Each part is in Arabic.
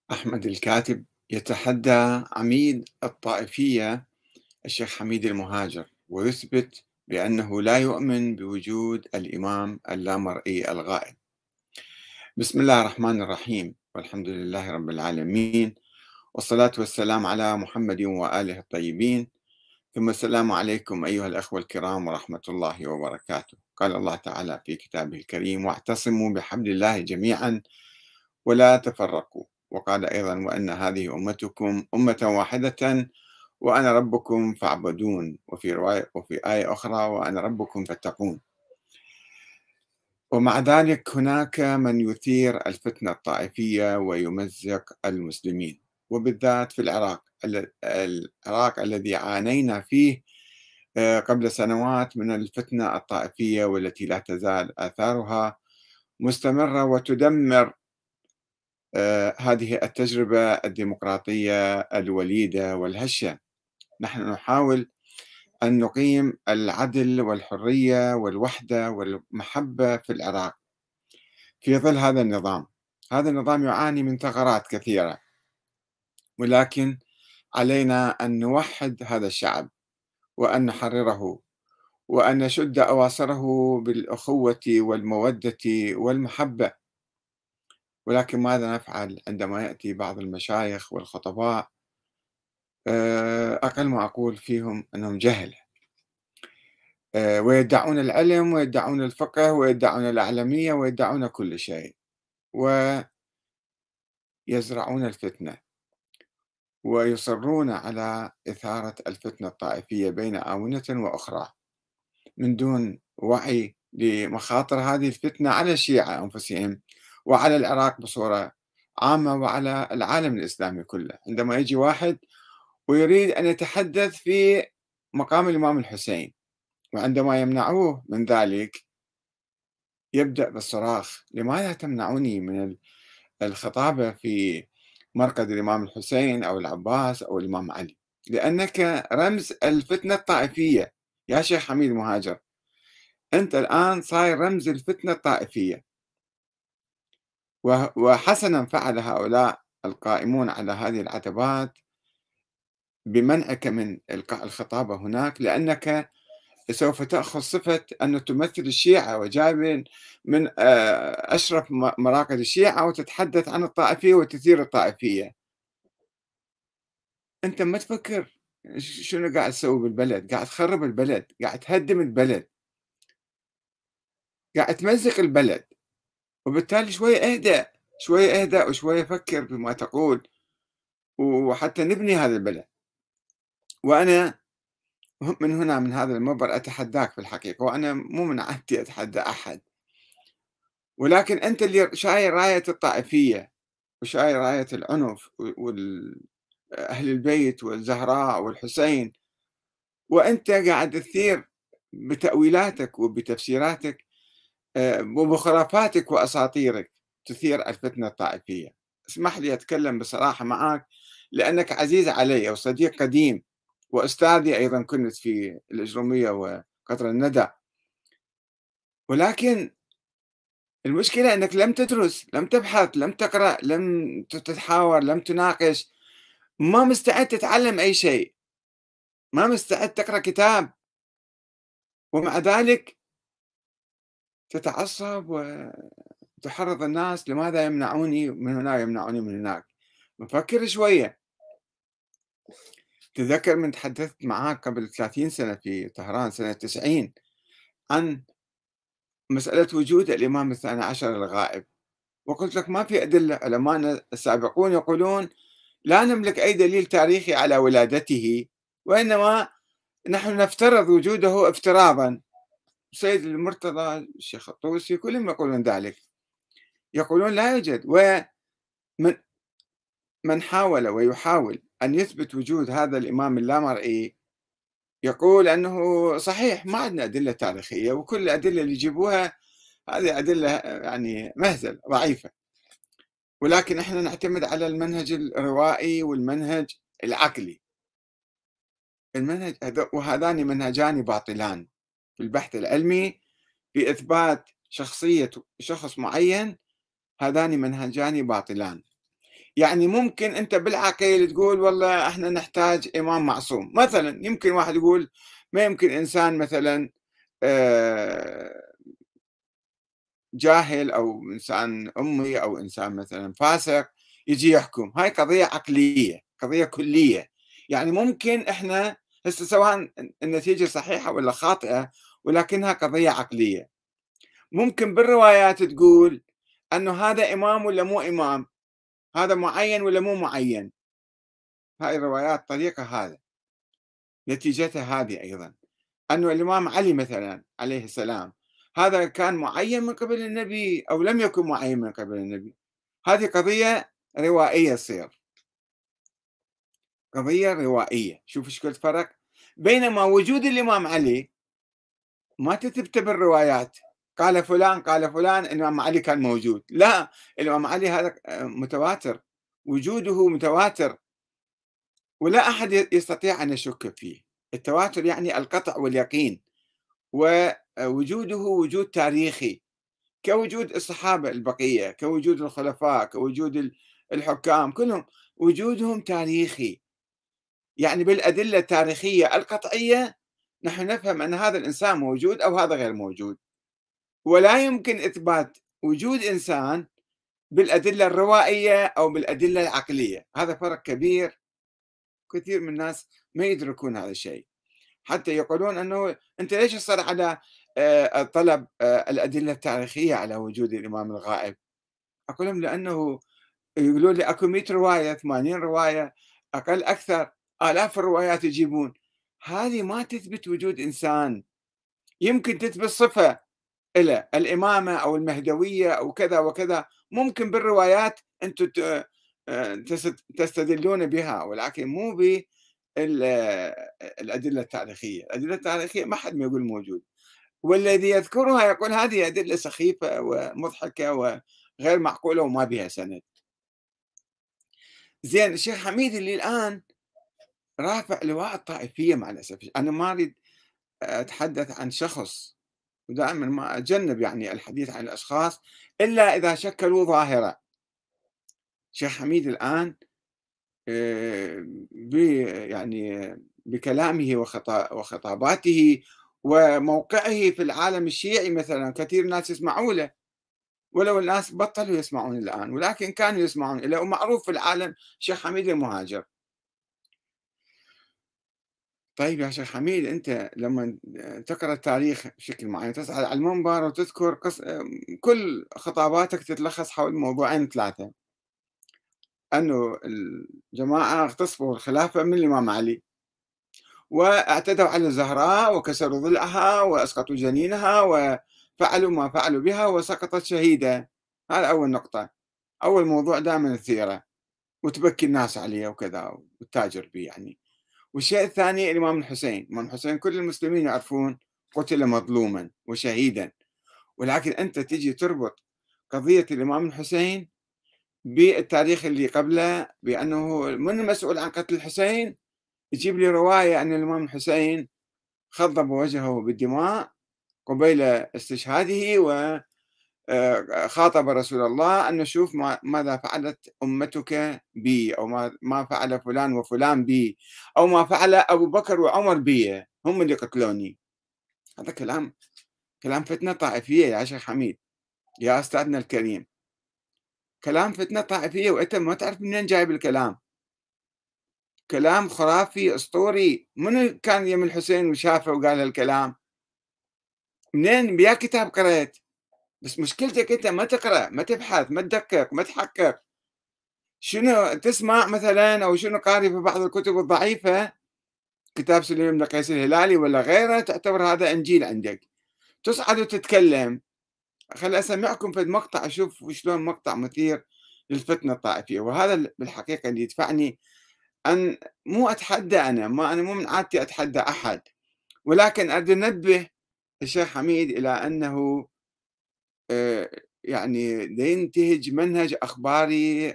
أحمد الكاتب يتحدى عميد الطائفية الشيخ حميد المهاجر ويثبت بأنه لا يؤمن بوجود الإمام اللامرئي الغائب. بسم الله الرحمن الرحيم والحمد لله رب العالمين، والصلاة والسلام على محمد وآله الطيبين، ثم السلام عليكم أيها الأخوة الكرام ورحمة الله وبركاته. قال الله تعالى في كتابه الكريم: واعتصموا بحبل الله جميعا ولا تفرقوا. وقال أيضا: وأن هذه أمتكم أمة واحدة وأنا ربكم فاعبدون. وفي رواية وفي آية أخرى: وأنا ربكم فاتقون. ومع ذلك هناك من يثير الفتنة الطائفية ويمزق المسلمين، وبالذات في العراق. العراق الذي عانينا فيه قبل سنوات من الفتنة الطائفية، والتي لا تزال آثارها مستمرة وتدمر هذه التجربة الديمقراطية الوليدة والهشة. نحن نحاول أن نقيم العدل والحرية والوحدة والمحبة في العراق في ظل هذا النظام. هذا النظام يعاني من ثغرات كثيرة، ولكن علينا أن نوحد هذا الشعب وأن نحرره وأن نشد أواصره بالأخوة والمودة والمحبة. ولكن ماذا نفعل عندما يأتي بعض المشايخ والخطباء أقل ما أقول فيهم أنهم جهلة، ويدعون العلم ويدعون الفقه ويدعون الأعلمية ويدعون كل شيء، ويزرعون الفتنة ويصرون على إثارة الفتنة الطائفية بين آونة وأخرى من دون وعي لمخاطر هذه الفتنة على الشيعة أنفسهم وعلى العراق بصورة عامة وعلى العالم الإسلامي كله. عندما يجي واحد ويريد أن يتحدث في مقام الإمام الحسين، وعندما يمنعوه من ذلك يبدأ بالصراخ: لماذا تمنعوني من الخطابة في مرقد الإمام الحسين أو العباس أو الإمام علي؟ لأنك رمز الفتنة الطائفية يا شيخ حميد مهاجر. أنت الآن صاير رمز الفتنة الطائفية، وحسنا فعل هؤلاء القائمون على هذه العتبات بمنعك من إلقاء الخطابة هناك، لأنك سوف تأخذ صفة أن تمثل الشيعة وجايب من أشرف مراقد الشيعة وتتحدث عن الطائفية وتثير الطائفية. أنت ما تفكر شنو قاعد تسوي بالبلد؟ قاعد تخرب البلد، قاعد تهدم البلد، قاعد تمزق البلد. وبالتالي شوية اهدأ، شوية اهدأ وشوية فكر بما تقول، وحتى نبني هذا البلد. وأنا من هنا من هذا المنبر أتحداك في الحقيقة، وأنا مو من عادتي أتحدى أحد، ولكن أنت اللي شايل راية الطائفية وشايل راية العنف أهل البيت والزهراء والحسين، وأنت قاعد تثير بتأويلاتك وبتفسيراتك وبخرافاتك وأساطيرك تثير الفتنة الطائفية. اسمح لي أتكلم بصراحة معك، لأنك عزيز علي وصديق قديم وأستاذي أيضا كنت في الإجرومية وقطر الندى. ولكن المشكلة أنك لم تدرس، لم تبحث، لم تقرأ، لم تتحاور، لم تناقش، ما مستعد تتعلم أي شيء، ما مستعد تقرأ كتاب، ومع ذلك تتعصب وتحرض الناس: لماذا يمنعوني من هنا يمنعوني من هناك؟ مفكر شوية. تذكر من تحدثت معاك قبل 30 سنة في طهران سنة 90 عن مسألة وجود الإمام الثاني عشر الغائب، وقلت لك ما في أدلة. علماء السابقون يقولون لا نملك أي دليل تاريخي على ولادته، وإنما نحن نفترض وجوده افتراضا. السيد المرتضى، الشيخ الطوسي، كلهم يقولون ذلك، يقولون لا يوجد. ومن حاول ويحاول أن يثبت وجود هذا الإمام اللامرئي يقول أنه صحيح ما عندنا أدلة تاريخية، وكل الأدلة اللي يجيبوها هذه أدلة يعني مهزل ضعيفة، ولكن احنا نعتمد على المنهج الروائي والمنهج العقلي. وهذان منهجان باطلان في البحث العلمي في إثبات شخصية شخص معين. هذان منهجان باطلان. يعني ممكن أنت بالعقل تقول والله إحنا نحتاج إمام معصوم، مثلًا يمكن واحد يقول ما يمكن إنسان مثلًا آآ جاهل أو إنسان أمي أو إنسان مثلًا فاسق ييجي يحكم، هاي قضية عقلية، قضية كلية، يعني ممكن إحنا هسه سواء النتيجة صحيحة والّا خاطئة ولكنها قضية عقلية، ممكن بالروايات تقول أنه هذا إمام والّا مو إمام، هذا معيّن والّا مو معيّن، هاي الروايات طريقة هذا، نتيجتها هذه أيضًا، أنه الإمام علي مثلًا عليه السلام هذا كان معيّن من قبل النبي أو لم يكن معيّن من قبل النبي. هذه قضية روائية تصير، قضية روائية، شوف إيش قد فرق، بينما وجود الإمام علي ما تثبت بالروايات، قال فلان الإمام علي كان موجود، لا الإمام علي هذا متواتر، وجوده متواتر ولا أحد يستطيع أن يشك فيه، التواتر يعني القطع واليقين، ووجوده وجود تاريخي كوجود الصحابة البقية، كوجود الخلفاء، كوجود الحكام كلهم وجودهم تاريخي. يعني بالأدلة التاريخية القطعية نحن نفهم أن هذا الإنسان موجود أو هذا غير موجود، ولا يمكن إثبات وجود إنسان بالأدلة الروائية أو بالأدلة العقلية، هذا فرق كبير، كثير من الناس ما يدركون هذا الشيء، حتى يقولون أنه أنت ليش تصر على طلب الأدلة التاريخية على وجود الإمام الغائب؟ أقول لهم لأنه يقولون لي أكو 100 رواية 80 رواية أقل أكثر آلاف الروايات يجيبون، هذه ما تثبت وجود إنسان، يمكن تثبت صفة إله الإمامة أو المهدوية أو كذا وكذا، ممكن بالروايات أنتم تستدلون بها ولكن مو الأدلة التاريخية، الأدلة التاريخية ما حد ما يقول موجود، والذي يذكرها يقول هذه أدلة سخيفة ومضحكة وغير معقولة وما بها سند. زين الشيخ حميد اللي الآن رافع لواء الطائفية مع الأسف، أنا ما أريد أتحدث عن شخص ودائما ما أتجنب يعني الحديث عن الأشخاص إلا إذا شكلوا ظاهرة. الشيخ حميد الآن يعني بكلامه وخطاباته وموقعه في العالم الشيعي مثلا كثير ناس يسمعوا له، ولو الناس بطلوا يسمعون الآن ولكن كانوا يسمعون له، ومعروف في العالم الشيخ حميد المهاجر. طيب يا شيخ حميد أنت لما تقرأ التاريخ بشكل معين تصعد على المنبر وتذكر كل خطاباتك تتلخص حول موضوعين ثلاثة، أنه الجماعة اغتصبوا الخلافة من الإمام علي واعتدوا على الزهراء وكسروا ضلعها وأسقطوا جنينها وفعلوا ما فعلوا بها وسقطت شهيدة. هذا أول نقطة، أول موضوع دائما نثيره وتبكي الناس عليه وكذا والتاجر به يعني. والشيء الثاني الإمام الحسين، الإمام الحسين كل المسلمين يعرفون قتل مظلوما وشهيدا، ولكن أنت تجي تربط قضية الإمام الحسين بالتاريخ اللي قبله بأنه من المسؤول عن قتل الحسين، يجيب لي رواية أن الإمام الحسين خضب وجهه بالدماء قبيل استشهاده خاطب رسول الله أن شوف ماذا فعلت أمتك بي أو ما فعل فلان وفلان بي أو ما فعل أبو بكر وعمر بي، هم اللي قتلوني. هذا كلام فتنة طائفية يا شيخ حميد، يا أستاذنا الكريم، كلام فتنة طائفية وأنت ما تعرف منين جايب الكلام، كلام خرافي أسطوري. منو كان يم الحسين وشافه وقال هالكلام؟ منين بيا كتاب قرأت؟ بس مشكلتك أنت ما تقرأ، ما تبحث، ما تدقق، ما تحقق، شنو تسمع مثلًا أو شنو قاري في بعض الكتب الضعيفة، كتاب سليم بن قيس الهلالي والّا غيره تعتبر هذا إنجيل عندك، تصعد وتتكلم. خلّي أسمعكم فد مقطع أشوف شلون مقطع مثير للفتنة الطائفية، وهذا بالحقيقة اللي يدفعني أن مو أتحدى أنا مو من عادتي أتحدى أحد، ولكن أريد أنبه الشيخ حميد إلى أنه آآ يعني ينتهج منهج أخباري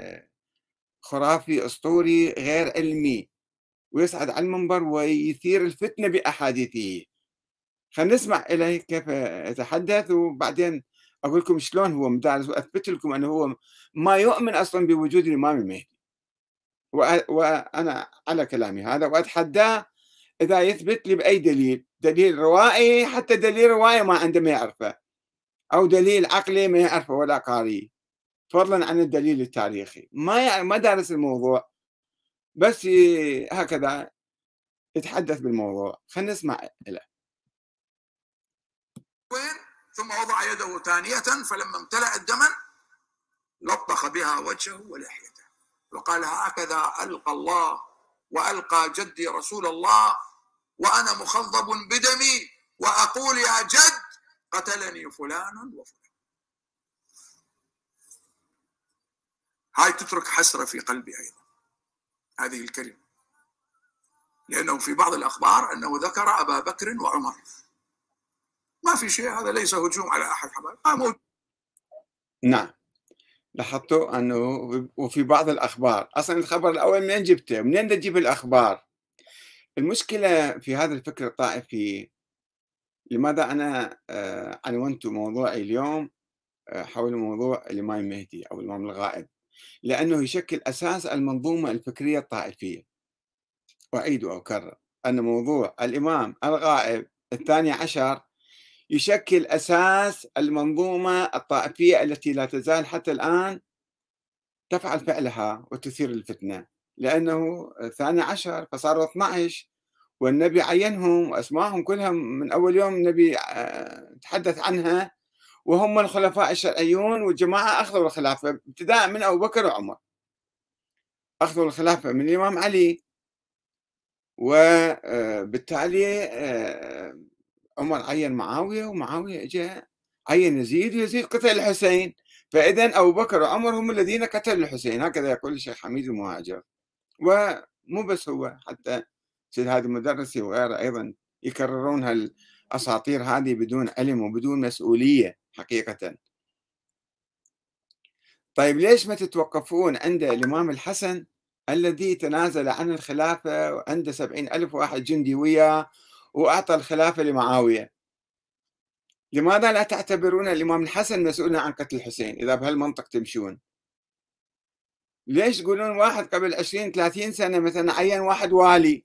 خرافي أسطوري غير علمي، ويصعد على المنبر ويثير الفتنة بأحاديثه. خلينا نسمع إليه كيف يتحدث وبعدين أقول لكم شلون هو مدارس، وأثبت لكم أنه هو ما يؤمن أصلًا بوجود الإمام المهدي، وأنا على كلامي هذا، وأتحداه إذا يثبت لي بأي دليل، دليل روائي، حتى دليل روائي ما عنده ما يعرفه، أو دليل عقلي ما يعرفه ولا قاريه، فضلًا عن الدليل التاريخي، ما دارس الموضوع، بس هكذا يتحدث بالموضوع، خلينا نسمع له. وين؟ ثم وضع يده ثانية فلما امتلأت دما لطخ بها وجهه ولحيته وقال: هكذا ألقى الله وألقى جدي رسول الله وأنا مخضب بدمي وأقول يا جد قتلني فلان وفلان. هاي تترك حسرة في قلبي أيضا هذه الكلمة، لأنه في بعض الأخبار أنه ذكر أبا بكر وعمر. ما في شيء، هذا ليس هجوم على أحد حبايب. نعم، لاحظتوا أنه وفي بعض الأخبار، أصلا الخبر الأول منين جبته؟ منين تجيب الأخبار؟ المشكلة في هذا الفكر الطائفي، لماذا أنا عنونت موضوعي اليوم حول موضوع الإمام المهدي أو الإمام الغائب؟ لأنه يشكل أساس المنظومة الفكرية الطائفية. أعيد وأكرر أن موضوع الإمام الغائب الثاني عشر يشكل أساس المنظومة الطائفية التي لا تزال حتى الآن تفعل فعلها وتثير الفتنة، لأنه الثاني عشر فصاروا 12 والنبي عينهم وأسمائهم كلهم من أول يوم النبي تحدث عنها، وهم الخلفاء الشرعيون، والجماعة أخذوا الخلافة ابتداء من أبو بكر وعمر، أخذوا الخلافة من الإمام علي، وبالتالي عمر عين معاوية، ومعاوية اجى عين يزيد، ويزيد قتل الحسين، فإذا أبو بكر وعمر هم الذين قتلوا الحسين، هكذا يقول الشيخ حميد المهاجر. ومو بس هو، حتى سيد هادي المدرسي وغيره أيضا يكررون هالأساطير هذه بدون علم وبدون مسؤولية حقيقة. طيب ليش ما تتوقفون عند الإمام الحسن الذي تنازل عن الخلافة وعنده 70,000 واحد جندي وياه، وأعطى الخلافة لمعاوية؟ لماذا لا تعتبرون الإمام الحسن مسؤولا عن قتل الحسين إذا بهالمنطق تمشون؟ ليش تقولون واحد قبل 20 30 سنة مثلا عين واحد والي،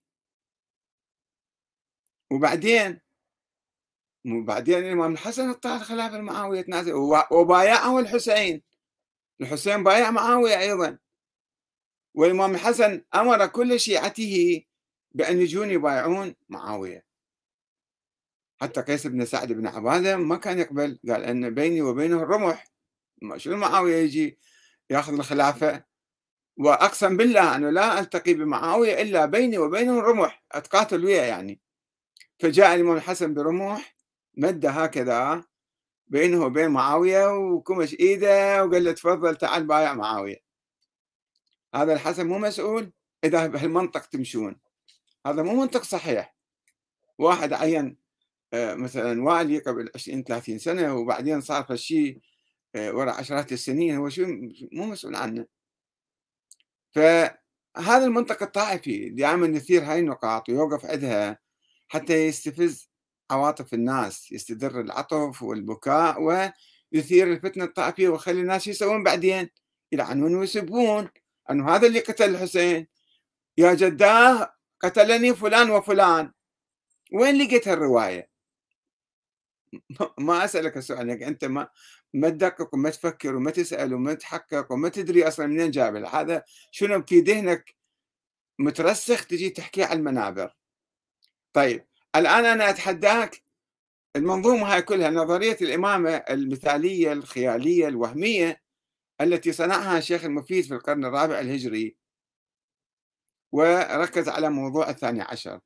وبعدين الإمام الحسن اعطى الخلافة لمعاوية تنازل وبايعه الحسين، الحسين بايع معاوية أيضا، والإمام الحسن أمر كل شيعته بأن يجون يبايعون معاوية، حتى قيس بن سعد بن عبادة ما كان يقبل، قال أن بيني وبينه الرمح، شنو معاوية يجي ياخذ الخلافة، وأقسم بالله أنه لا ألتقي بمعاوية إلا بيني وبينه الرمح، أتقاتل وياه يعني. فجاء الإمام الحسن برمح مد هكذا بينه وبين معاوية، وكمش إيده وقال له تفضل تعال بايع معاوية. هذا الحسن مو مسؤول إذا بهالمنطق تمشون، هذا مو منطق صحيح. واحد عين مثلا والي قبل 20 30 سنة، وبعدين صار فشي وراء عشرات السنين، هو شو مو مسؤول عنه؟ فهذا المنطق الطائفي دائما يثير هاي النقاط ويوقف عندها حتى يستفز عواطف الناس، يستدر العطف والبكاء ويثير الفتنة الطائفية، ويخلي الناس يسوون بعدين يلعنون ويسبون أنه هذا اللي قتل الحسين، يا جداه قتلني فلان وفلان. وين لقيت هالرواية؟ ما أسألك السؤال، يعني أنت ما تدقق وما تفكر وما تسأل وما تحقق وما تدري أصلا منين جاب هذا، شنو في ذهنك مترسخ تجي تحكيه على المنابر. طيب الآن أنا أتحداك، المنظومة هاي كلها نظرية الإمامة المثالية الخيالية الوهمية التي صنعها الشيخ المفيد في القرن الرابع الهجري، وركز على موضوع الثاني عشر.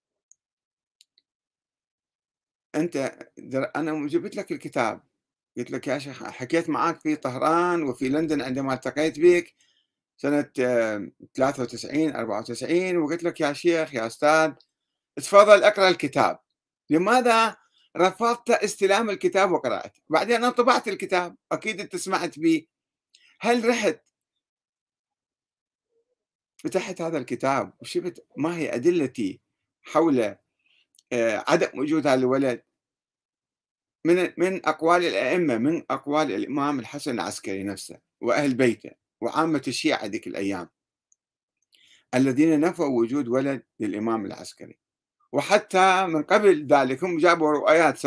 أنا جبت لك الكتاب، قلت لك يا شيخ حكيت معك في طهران وفي لندن عندما التقيت بك سنة 93 94، وقلت لك يا شيخ يا أستاذ تفضل اقرأ الكتاب. لماذا رفضت استلام الكتاب وقراءته؟ بعدين أنا طبعت الكتاب، أكيد أنت سمعت بي. هل رحت فتحت هذا الكتاب وشفت ما هي أدلتي حول عدم وجود هذا الولد؟ من أقوال الأئمة، من أقوال الإمام الحسن العسكري نفسه وأهل بيته وعامة الشيعة ذيك الأيام الذين نفوا وجود ولد للإمام العسكري. وحتى من قبل ذلك هم جابوا روايات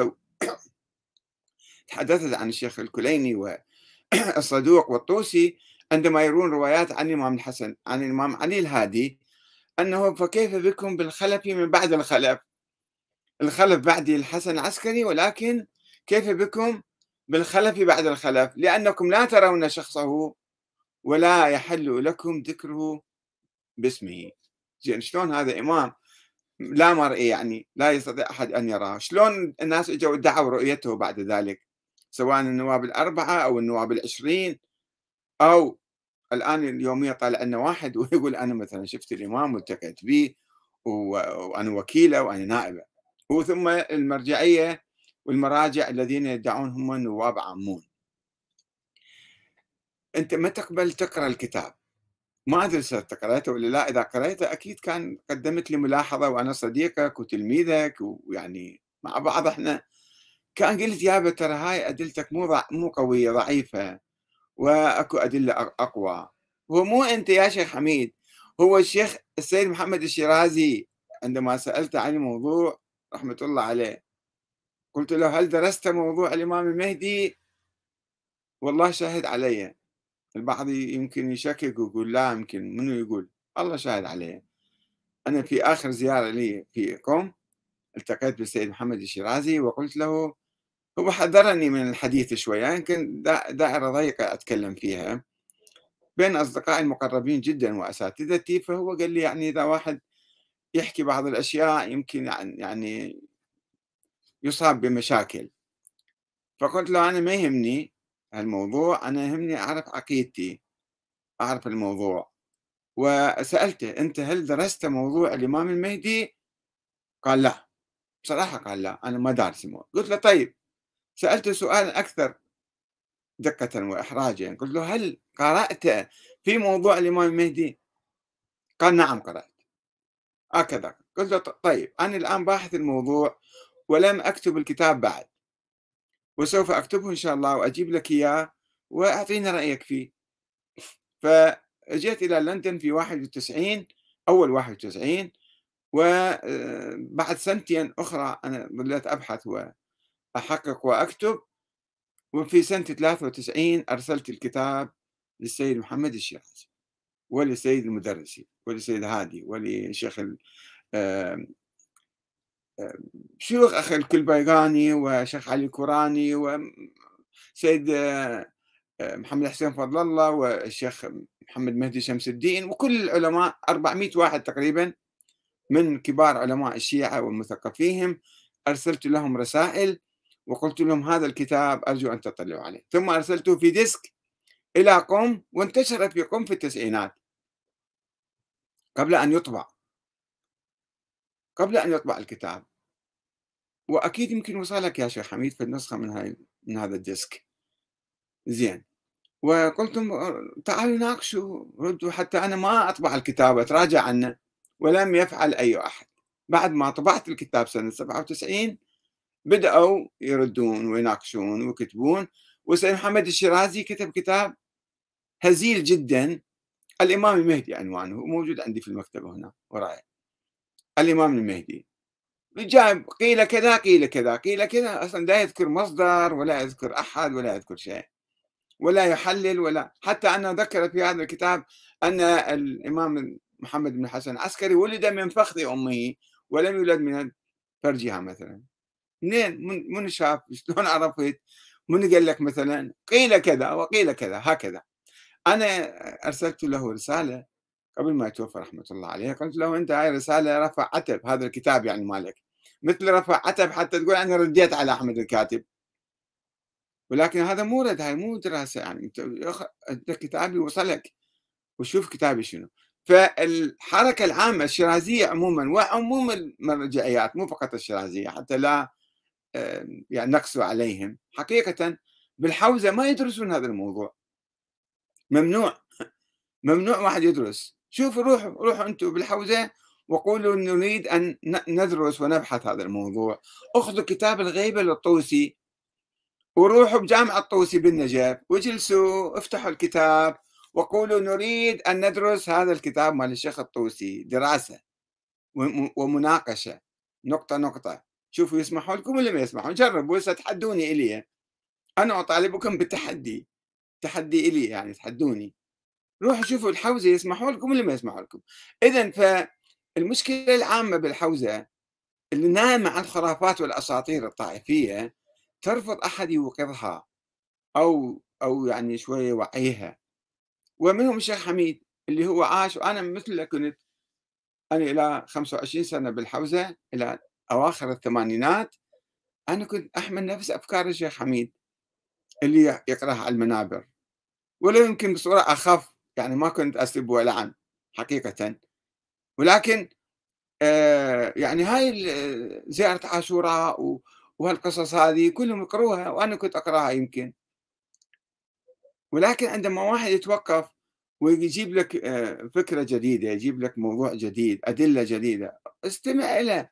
تحدثت عن الشيخ الكليني والصدوق والطوسي عندما يرون روايات عن الإمام الحسن عن الإمام علي الهادي أنه فكيف بكم بالخلف من بعد الخلف، الخلف بعد الحسن العسكري، ولكن كيف بكم بالخلف بعد الخلف، لأنكم لا ترون شخصه ولا يحل لكم ذكره باسمه. زين، شلون هذا إمام لا مرئي، يعني لا يستطيع أحد أن يراه، شلون الناس اجوا ادعوا رؤيته بعد ذلك، سواء النواب الأربعة أو النواب العشرين، أو الآن اليومية طالع لنا واحد ويقول أنا مثلا شفت الإمام والتقيت به وأنا وكيله وأنا نائبه، وثم المرجعية والمراجع الذين يدعون هم نواب عامون. أنت ما تقبل تقرأ الكتاب، ما أدري إذا قرأته ولا لا، إذا قرأته أكيد كان قدمت لي ملاحظة وأنا صديقك وتلميذك ويعني مع بعض إحنا، كان قلت يابا ترى هاي أدلتك مو قوية، ضعيفة، وأكو أدلة أقوى. هو مو أنت يا شيخ حميد، هو الشيخ السيد محمد الشيرازي عندما سألته عن الموضوع رحمة الله عليه قلت له هل درست موضوع الإمام المهدي؟ والله شاهد علي. البعض يمكن يشكك ويقول لا، يمكن منو يقول، الله شاهد عليه. أنا في آخر زيارة لي في قم التقيت بالسيد محمد الشيرازي وقلت له، هو حذرني من الحديث شوية، يمكن دائرة ضيقة أتكلم فيها بين أصدقائي المقربين جدا وأساتذتي، فهو قال لي يعني إذا واحد يحكي بعض الأشياء يمكن يعني يصاب بمشاكل. فقلت له أنا ما يهمني الموضوع، أنا يهمني أعرف عقيدتي، أعرف الموضوع. وسألته أنت هل درست موضوع الإمام المهدي؟ قال لا، بصراحة قال لا أنا ما دارس الموضوع. قلت له طيب، سألته سؤال أكثر دقة وإحراجا، قلت له هل قرأت في موضوع الإمام المهدي؟ قال نعم قرأت. هكذا قلت له طيب أنا الآن باحث الموضوع ولم أكتب الكتاب بعد، وسوف أكتبه إن شاء الله وأجيب لك إياه وأعطيني رأيك فيه. فجئت إلى لندن في 91، أول 91، وبعد سنتين أخرى أنا ظليت أبحث وأحقق وأكتب، وفي سنة 93 أرسلت الكتاب للسيد محمد الشيرازي وللسيد المدرسي وللسيد هادي ولشيخ آآ شيوخ أخي الكلبيغاني وشيخ علي الكوراني وسيد محمد حسين فضل الله والشيخ محمد مهدي شمس الدين وكل العلماء 400 واحد تقريبا من كبار علماء الشيعة ومثقفيهم. أرسلت لهم رسائل وقلت لهم هذا الكتاب أرجو أن تطلعوا عليه، ثم أرسلته في ديسك إلى قم وانتشر في قم في التسعينات قبل أن يطبع، قبل أن يطبع الكتاب. وأكيد يمكن وصلك يا شيخ حميد في النسخة من هذا الديسك. زين، وقلت لهم تعالوا ناقشوا ردوا، حتى أنا ما أطبع الكتاب أتراجع عنه، ولم يفعل أي أحد. بعد ما طبعت الكتاب سنة 97 بدأوا يردون ويناقشون ويكتبون، وسيد محمد الشيرازي كتب كتاب هزيل جدا، الإمام المهدي عنوانه، موجود عندي في المكتبة هنا وراي، الإمام المهدي، جايب قيل كذا قيل كذا قيل كذا، أصلا لا يذكر مصدر ولا يذكر أحد ولا يذكر شيء ولا يحلل، ولا حتى أنا ذكر في هذا الكتاب أن الإمام محمد بن الحسن العسكري ولد من فخذ أمه ولم يولد من فرجها مثلا. منين من شاف؟ شلون عرفت؟ من قال لك مثلا قيل كذا وقيل كذا هكذا؟ أنا أرسلت له رسالة قبل ما يتوفى رحمة الله عليه، قلت له أنت هاي رسالة رفع عتب، هذا الكتاب يعني مالك مثل رفع عتب حتى تقول أنا رديت على أحمد الكاتب، ولكن هذا مو رد، هاي مو دراسة، يعني أنت كتابي وصلك وشوف كتابي شنو. فالحركة العامة الشيرازية عموما وعموم المرجعيات مو فقط الشيرازية حتى لا يعني نقسو عليهم، حقيقة بالحوزة ما يدرسون هذا الموضوع، ممنوع، ممنوع واحد يدرس. شوفوا روحوا أنتم بالحوزة وقولوا نريد أن ندرس ونبحث هذا الموضوع، أخذوا كتاب الغيبة للطوسي وروحوا بجامع الطوسي بالنجف واجلسوا افتحوا الكتاب وقولوا نريد أن ندرس هذا الكتاب مال الشيخ الطوسي دراسة ومناقشة نقطة نقطة. شوفوا يسمحوا لكم ولا ما يسمحون، جربوا هسه تحدوني إلي، أنا أطالبكم بالتحدي، تحدي إلي يعني تحدوني، روحوا شوفوا الحوزة يسمحوا لكم ولا ما يسمحوا لكم. إذا فالمشكلة العامة بالحوزة اللي نايمة عن الخرافات والأساطير الطائفية ترفض أحد يوقظها أو يعني شوية يوعيها، ومنهم الشيخ حميد اللي هو عاش، وأنا مثله كنت، أنا إلى 25 سنة بالحوزة إلى أواخر الثمانينات، أنا كنت أحمل نفس أفكار الشيخ حميد اللي يقرأها على المنابر، ولا يمكن بصورة أخف، يعني ما كنت أسب وألعن حقيقة، ولكن يعني هاي زيارة عاشوراء وهالقصص هذه كلهم يقروها وأنا كنت أقراها يمكن، ولكن عندما واحد يتوقف ويجيب لك فكرة جديدة، يجيب لك موضوع جديد، أدلة جديدة، استمع إليه.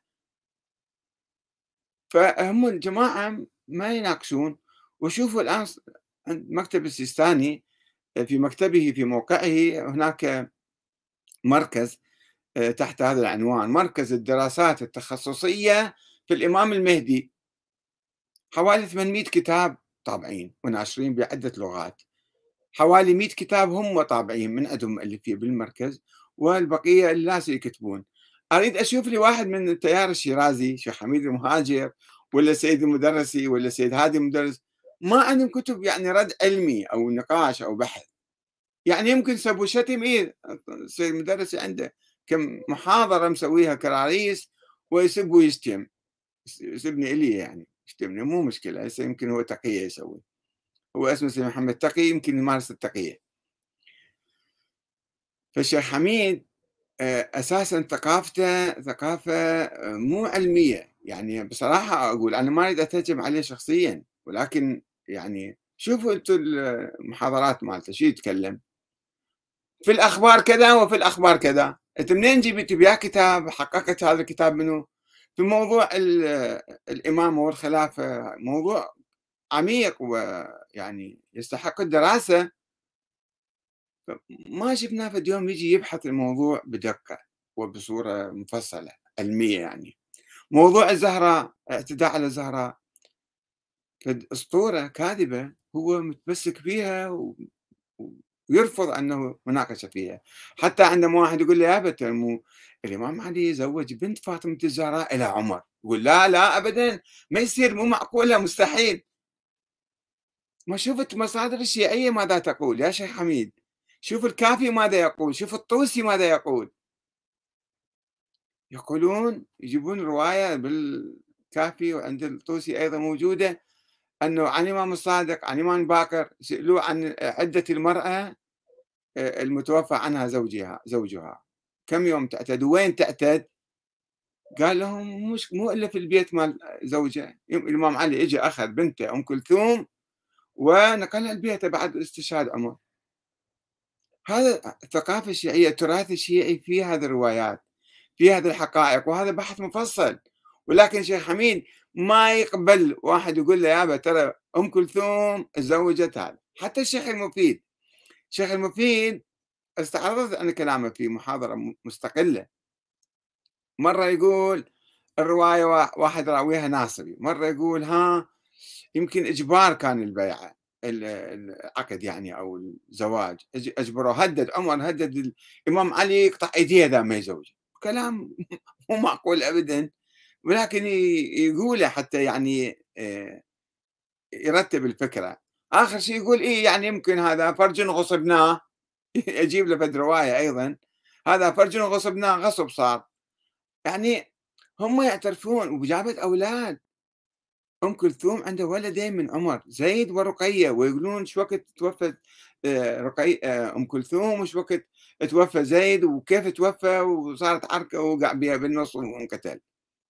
فهم الجماعة ما يناقشون. وشوفوا الآن عند مكتب السيستاني في مكتبه في موقعه هناك مركز تحت هذا العنوان مركز الدراسات التخصصية في الإمام المهدي، حوالي 800 كتاب طابعين وناشرين بعدة لغات، حوالي 100 كتاب هم طابعين من عندهم مؤلفين بالمركز، والبقية الناس يكتبون. أريد أشوف لي واحد من التيار الشيرازي، شيخ حميد المهاجر ولا سيد المدرسي ولا سيد هادي المدرس، ما عندهم كتب يعني رد علمي أو نقاش أو بحث. يعني يمكن سب وشتم، إيه السيد المدرسي عنده كم محاضرة مسويها كراريس ويسب ويشتم، يسبني إلي يعني يشتمني مو مشكلة، هسه يمكن هو تقية يسوي، هو اسمه سيد محمد تقي يمكن يمارس التقية. فالشيخ حميد أساسًا ثقافته ثقافة مو علمية، يعني بصراحة أقول أنا ما أريد أتهجم عليه شخصيًا، ولكن يعني شوفوا أنتم المحاضرات مالته شو يتكلم، في الأخبار كذا وفي الأخبار كذا، أنت منين جبت بيا كتاب حققت هذا الكتاب منو؟ في موضوع الإمامة والخلافة موضوع عميق ويعني يستحق الدراسة، ما شفناه فد يوم يجي يبحث الموضوع بدقة وبصورة مفصلة علمية يعني. موضوع الزهراء، اعتداء على الزهراء، فد أسطورة كاذبة هو متمسك فيها ويرفض أنه مناقشة فيها. حتى عندما واحد يقول له يا بترمو الإمام علي زوج بنت فاطمة الزهراء إلى عمر، يقول لا لا أبدا ما يصير، مو معقولة، مستحيل. ما شُفت مصادر الشيعية ماذا تقول يا شيخ حميد، شوف الكافي ماذا يقول، شوف الطوسي ماذا يقول، يقولون يجيبون رواية بالكافي وعند الطوسي أيضًا موجودة أنه عن الإمام الصادق، عن الإمام باكر، سئلوه عن عدة المرأة المتوفى عنها زوجها، كم يوم تعتد ووين تعتد؟ قال لهم مو إلا في البيت مال زوجها، الإمام علي إجا أخذ بنته أم كلثوم ونقلها لبيته بعد استشهاد عمر. هذا الثقافة الشيعية، التراث الشيعي في هذه الروايات، في هذه الحقائق، وهذا بحث مفصل. ولكن شيخ حميد ما يقبل واحد يقول له يابا ترى أم كلثوم تزوجت هذا. حتى الشيخ المفيد، الشيخ المفيد استعرضت أنا كلامه في محاضرة مستقلة، مرة يقول الرواية واحد راويها ناصري، مرة يقول ها يمكن إجبار كان البيعة العقد يعني أو الزواج، أجبره، هدد عمر، هدد الإمام علي يقطع أيديه إذا ما يزوج، كلام مو معقول أبدًا، ولكن يقوله حتى يعني يرتب الفكرة. آخر شيء يقول إيه يعني يمكن هذا فرج غصبناه يجيب له فد رواية أيضًا، هذا فرج غصبناه غصب صار، يعني هم يعترفون وجابت أولاد. أم كلثوم عندها ولدين من عمر زيد ورقية، ويقولون شو وقت توفت أم كلثوم وشو وقت توفى زيد وكيف توفى وصارت عركة ووقع بها بالنص وانقتل.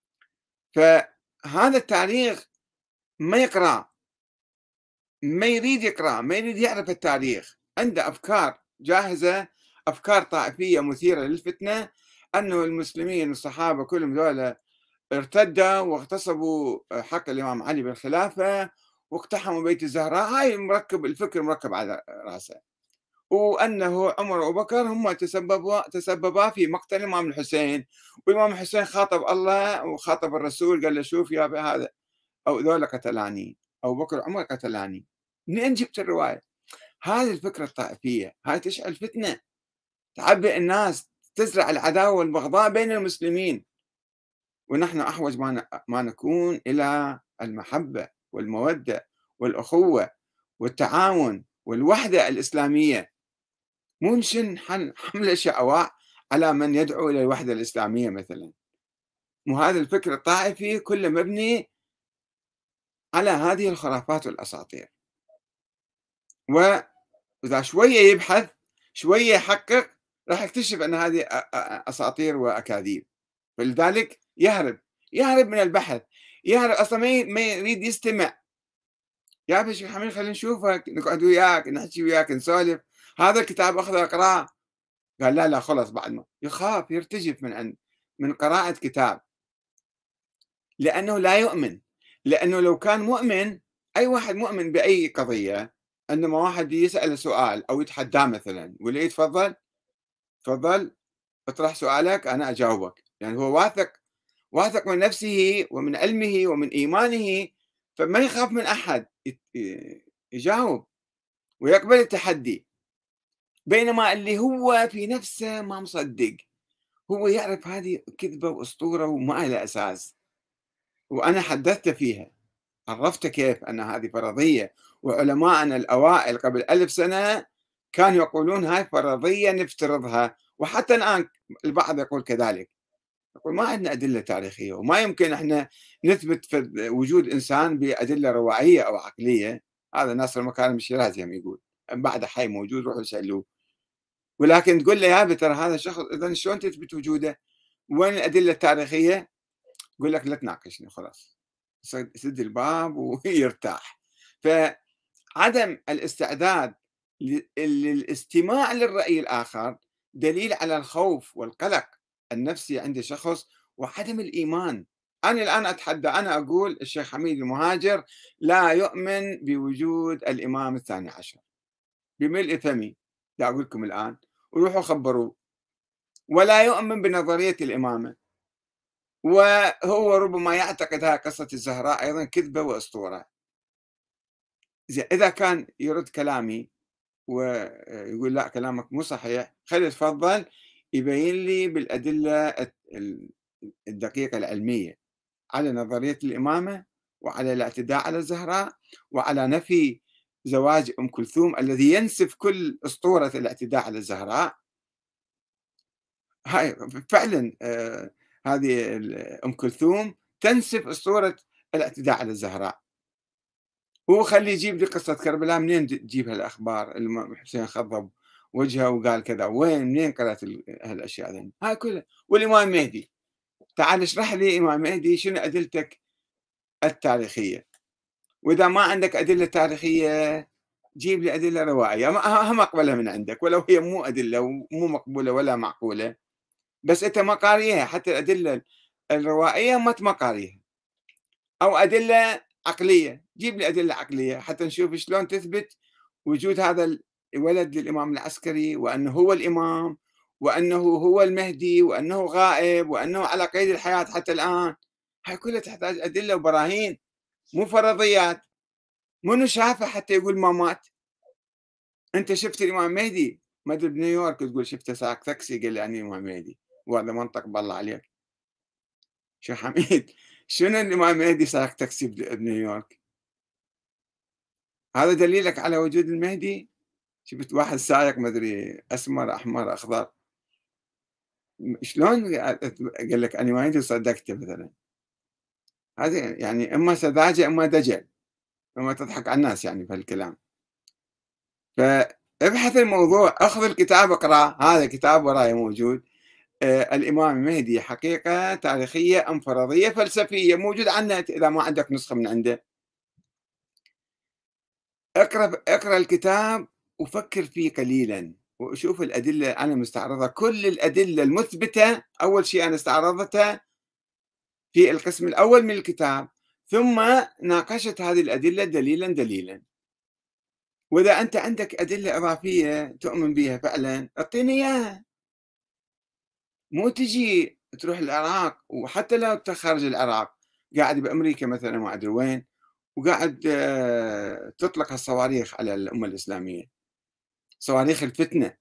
فهذا التاريخ ما يقرأ، ما يريد يقرأ، ما يريد يعرف التاريخ، عنده أفكار جاهزة، أفكار طائفية مثيرة للفتنة، أنه المسلمين الصحابة كلهم ذولا ارتدوا واغتصبوا حق الإمام علي بالخلافة واقتحموا بيت الزهراء، هاي مركب الفكر مركب على راسه، وأنه عمر وأبو بكر هم تسببا في مقتل الإمام الحسين، والإمام الحسين خاطب الله وخاطب الرسول قال له شوف يا هذا أو ذولا قتلاني، أبو بكر وعمر قتلاني. منين جبت الرواية؟ هذه الفكرة الطائفية، هاي تشعل فتنة، تعبئ الناس، تزرع العداوة والبغضاء بين المسلمين، ونحن أحوج ما نكون إلى المحبة والمودة والأخوة والتعاون والوحدة الإسلامية، مو نشن حملة شعواء على من يدعو إلى الوحدة الإسلامية مثلا. مو هذا الفكر الطائفي كله مبني على هذه الخرافات والأساطير، وإذا شوية يبحث شوية يحقق راح يكتشف أن هذه أساطير وأكاذيب، فلذلك يهرب من البحث، يهرب أصلا ما يريد يستمع. يا شيخ حميد خلينا نشوفك، نقعد وياك نحكي وياك نسولف، هذا الكتاب أخذ أقراه. قال لا لا خلص، بعد ما يخاف يرتجف من قراءة كتاب، لأنه لا يؤمن. لأنه لو كان مؤمن، أي واحد مؤمن بأي قضية، عندما واحد يسأل سؤال أو يتحداه مثلا ولا تفضل تفضل اطرح سؤالك أنا أجاوبك، يعني هو واثق من نفسه ومن علمه ومن إيمانه، فما يخاف من أحد، يجاوب ويقبل التحدي. بينما اللي هو في نفسه ما مصدق، هو يعرف هذه كذبة وأسطورة وما لها أساس، وأنا حدثت فيها، عرفت كيف أن هذه فرضية، وعلماءنا الأوائل قبل 1000 سنة كانوا يقولون هاي فرضية نفترضها، وحتى الآن البعض يقول كذلك، يقول ما عندنا أدلة تاريخية وما يمكن احنا نثبت وجود إنسان بأدلة روائية أو عقلية. هذا ناصر مكارم الشيرازي هم يقول، بعد حي موجود روحوا اسألوه. ولكن تقول له يا ترى هذا شخص، إذا شلون تثبت وجوده؟ وين الأدلة التاريخية؟ يقول لك لا تناقشني، خلاص سد الباب ويرتاح. فعدم الاستعداد للاستماع للرأي الآخر دليل على الخوف والقلق النفسي عند شخص، وعدم الإيمان. أنا الآن أتحدى، أنا أقول الشيخ حميد المهاجر لا يؤمن بوجود الإمام الثاني عشر بملء فمي، لا أقول لكم الآن وروحوا خبروه، ولا يؤمن بنظرية الإمامة، وهو ربما يعتقد هاي قصة الزهراء أيضا كذبة وأسطورة. إذا كان يرد كلامي ويقول لا كلامك مو صحيح، خلي يتفضل يبين لي بالأدلة الدقيقة العلمية على نظرية الإمامة، وعلى الاعتداء على الزهراء، وعلى نفي زواج أم كلثوم الذي ينسف كل أسطورة الاعتداء على الزهراء. هاي فعلا هذه أم كلثوم تنسف أسطورة الاعتداء على الزهراء. هو خليه يجيب لي قصة كربلاء، منين تجيب هالأخبار؟ الإمام حسين خضب وجهه وقال كذا، وين منين قرأت هالأشياء ذي؟ هاي كلها. والإمام مهدي، تعال اشرح لي إمام مهدي شنو أدلتك التاريخية، وإذا ما عندك أدلة تاريخية جيب لي أدلة روائية هم أقبلها من عندك، ولو هي مو أدلة ومو مقبولة ولا معقولة، بس أنت ما قاريها، حتى الأدلة الروائية ما قاريها. أو أدلة عقلية، جيب لي أدلة عقلية حتى نشوف شلون تثبت وجود هذا الولد للإمام العسكري، وأنه هو الإمام، وأنه هو المهدي، وأنه غائب، وأنه على قيد الحياة حتى الآن. هاي كلها تحتاج أدلة وبراهين، مو فرضيات. منو شافه حتى يقول ما مات؟ أنت شفت الإمام المهدي؟ ما أدري بنيويورك تقول شفته ساق تاكسي قال لي أنا الإمام المهدي، وهذا منطق بالله عليك شيخ حميد. شنو الإمام المهدي ساق تاكسي بنيويورك؟ هذا دليلك على وجود المهدي؟ شفت واحد سايق ما ادري اسمر احمر اخضر، شلون قال لك انا ما عندي صدقته مثلا؟ هذه يعني اما سذاجه اما دجل، اما تضحك على الناس يعني بهالكلام. فابحث الموضوع، اخذ الكتاب اقراه، هذا كتاب وراي موجود، الامام المهدي حقيقه تاريخيه ام فرضيه فلسفيه، موجود على النت اذا ما عندك نسخه من عنده. اقرا الكتاب وفكر فيه قليلا وشوف الأدلة أنا مستعرضة، كل الأدلة المثبتة. أول شيء أنا استعرضتها في القسم الأول من الكتاب، ثم ناقشت هذه الأدلة دليلًا دليلًا، وإذا أنت عندك أدلة إضافية تؤمن بها فعلًا أعطيني إياها، مو تجي تروح العراق وحتى لو أنت خارج العراق قاعد بأمريكا مثلًا ما أدري وين، وقاعد تطلق هالصواريخ على الأمة الإسلامية، صواريخ الفتنة،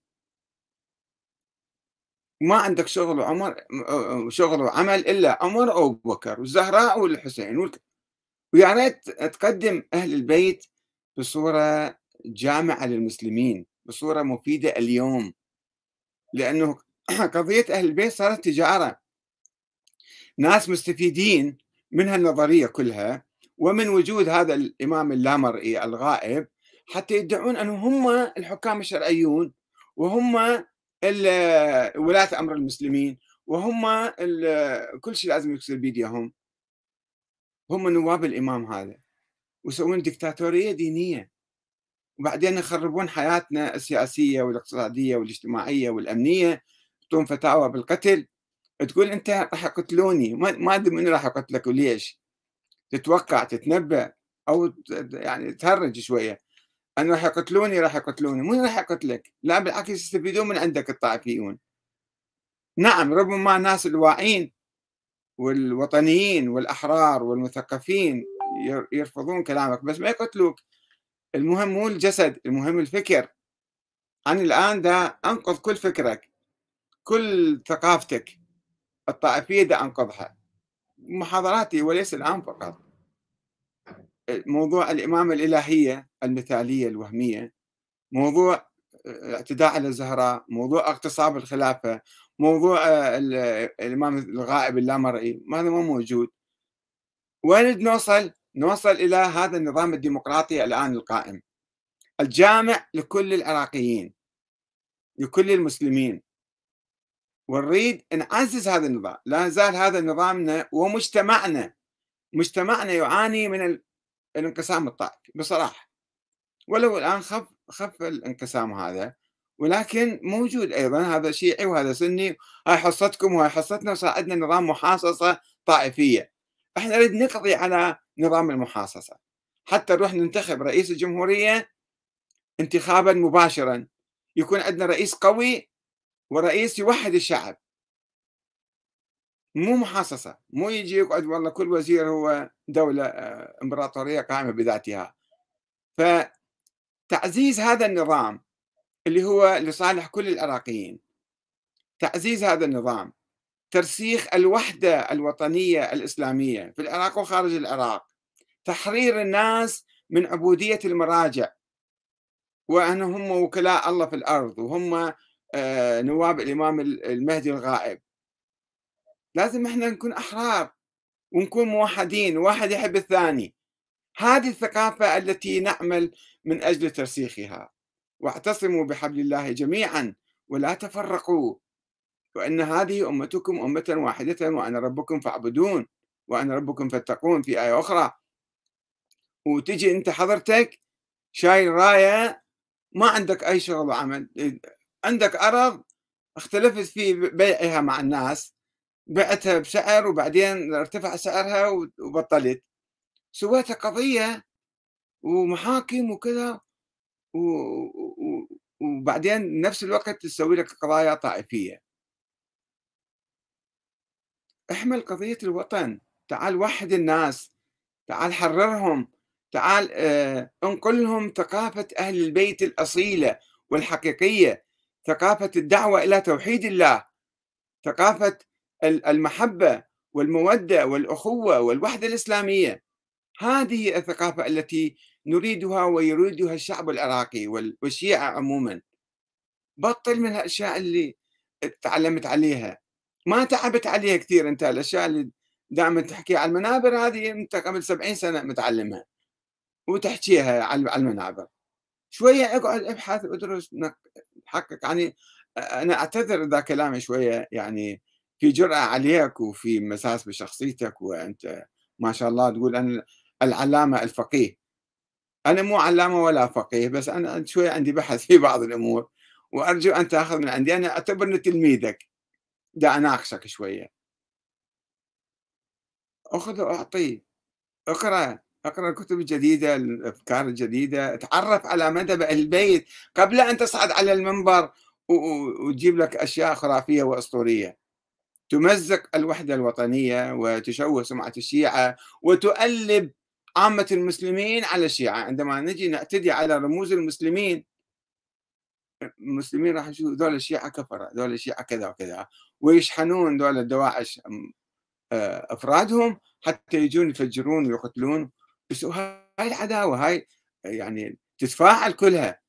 وما عندك شغل شغل وعمل إلا عمر وأبو بكر والزهراء والحسين ويا ريت تقدم أهل البيت بصورة جامعة للمسلمين، بصورة مفيدة اليوم، لأنه قضية أهل البيت صارت تجارة، ناس مستفيدين من هالنظرية كلها ومن وجود هذا الإمام اللامرئي الغائب حتى يدعون أنه هم الحكام الشرعيون وهم ولاة أمر المسلمين وهم كل شيء لازم يكسر بيديهم، هم نواب الإمام هذا ويسوون ديكتاتورية دينية. وبعدين يخربون حياتنا السياسية والاقتصادية والاجتماعية والأمنية، يعطون فتاوى بالقتل، تقول أنت راح يقتلوني، ما أدري من راح يقتلك وليش، تتوقع تتنبأ أو يعني تهرج شوية، أنا راح يقتلوني راح يقتلوني، من راح يقتلك؟ لا بالعكس يستفيدون من عندك الطائفيون. نعم ربما الناس الواعين والوطنيين والأحرار والمثقفين يرفضون كلامك بس ما يقتلوك، المهم مو الجسد، المهم الفكر. أنا الآن دا أنقذ كل فكرك، كل ثقافتك الطائفية دا أنقذها، محاضراتي وليس الآن فقط. موضوع الإمامة الإلهية المثالية الوهمية، موضوع الاعتداء على الزهراء، موضوع اغتصاب الخلافة، موضوع الإمام الغائب اللامرئي، هذا ما موجود. وين نوصل؟ نوصل إلى هذا النظام الديمقراطي الآن القائم، الجامع لكل العراقيين، لكل المسلمين، ونريد نعزز هذا النظام. لا زال هذا نظامنا مجتمعنا يعاني من الانقسام الطائفي بصراحة، ولو الآن خف الانقسام هذا، ولكن موجود أيضا، هذا شيعي وهذا سني، هاي حصتكم وهاي حصتنا، وصار عندنا نظام محاصصة طائفية. احنا نريد نقضي على نظام المحاصصة حتى نروح ننتخب رئيس الجمهورية انتخابا مباشرا، يكون عندنا رئيس قوي ورئيس يوحد الشعب، مو محاصصة، مو يجي يقعد والله كل وزير هو دولة إمبراطورية قائمة بذاتها. فتعزيز هذا النظام اللي هو لصالح كل العراقيين، تعزيز هذا النظام، ترسيخ الوحدة الوطنية الإسلامية في العراق وخارج العراق، تحرير الناس من عبودية المراجع وأنهم هم وكلاء الله في الأرض وهم نواب الإمام المهدي الغائب. لازم احنا نكون أحرار ونكون موحدين، واحد يحب الثاني. هذه الثقافة التي نعمل من أجل ترسيخها. واعتصموا بحبل الله جميعا ولا تفرقوا وأن هذه أمتكم أمة واحدة وأنا ربكم فاعبدون وأنا ربكم فاتقون في آية أخرى. وتجي أنت حضرتك شايل راية، ما عندك أي شغل وعمل، عندك أرض اختلفت في بيعها مع الناس، بعتها بسعر وبعدين ارتفع سعرها وبطلت، سويتها قضية ومحاكم وكذا وبعدين نفس الوقت تسوي لك قضايا طائفية. احمل قضية الوطن، تعال وحد الناس، تعال حررهم، تعال انقلهم ثقافة أهل البيت الأصيلة والحقيقية، ثقافة الدعوة إلى توحيد الله، ثقافة المحبة والمودة والأخوة والوحدة الإسلامية. هذه الثقافة التي نريدها ويريدها الشعب العراقي والشيعة عموما. بطل من الأشياء اللي تعلمت عليها، ما تعبت عليها كثير أنت، الأشياء اللي دائما تحكيها على المنابر هذه أنت قبل 70 سنة متعلمها وتحكيها على المنابر. شوية اقعد ابحث وادرس حقق. يعني أنا أعتذر إذا كلامي شوية يعني في جرأة عليك وفي مساس بشخصيتك، وأنت ما شاء الله تقول أنا العلامة الفقيه. أنا مو علامة ولا فقيه، بس أنا شوية عندي بحث في بعض الأمور، وأرجو أن تأخذ من عندي، أنا أعتبرني تلميذك، دا أناقشك شوية، أخذ وأعطي. اقرأ الكتب الجديدة، الأفكار الجديدة، اتعرّف على مذهب أهل البيت قبل أن تصعد على المنبر وتجيب لك أشياء خرافية وأسطورية، تمزّق الوحدة الوطنية وتشوه سمعة الشيعة وتؤلب عامة المسلمين على الشيعة. عندما نجي نعتدي على رموز المسلمين، المسلمين راح يشوفوا ذولا الشيعة كفرة، ذولا الشيعة كذا وكذا، ويشحنون ذولا الدواعش أفرادهم حتى يجون يفجرون ويقتلون. بس هاي العداوة هاي يعني تتفاعل كلها.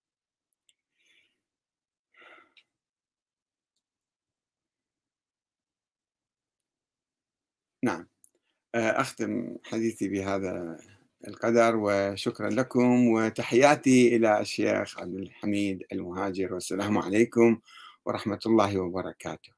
نعم. أختم حديثي بهذا القدر، وشكرا لكم، وتحياتي إلى الشيخ عبد الحميد المهاجر، والسلام عليكم ورحمة الله وبركاته.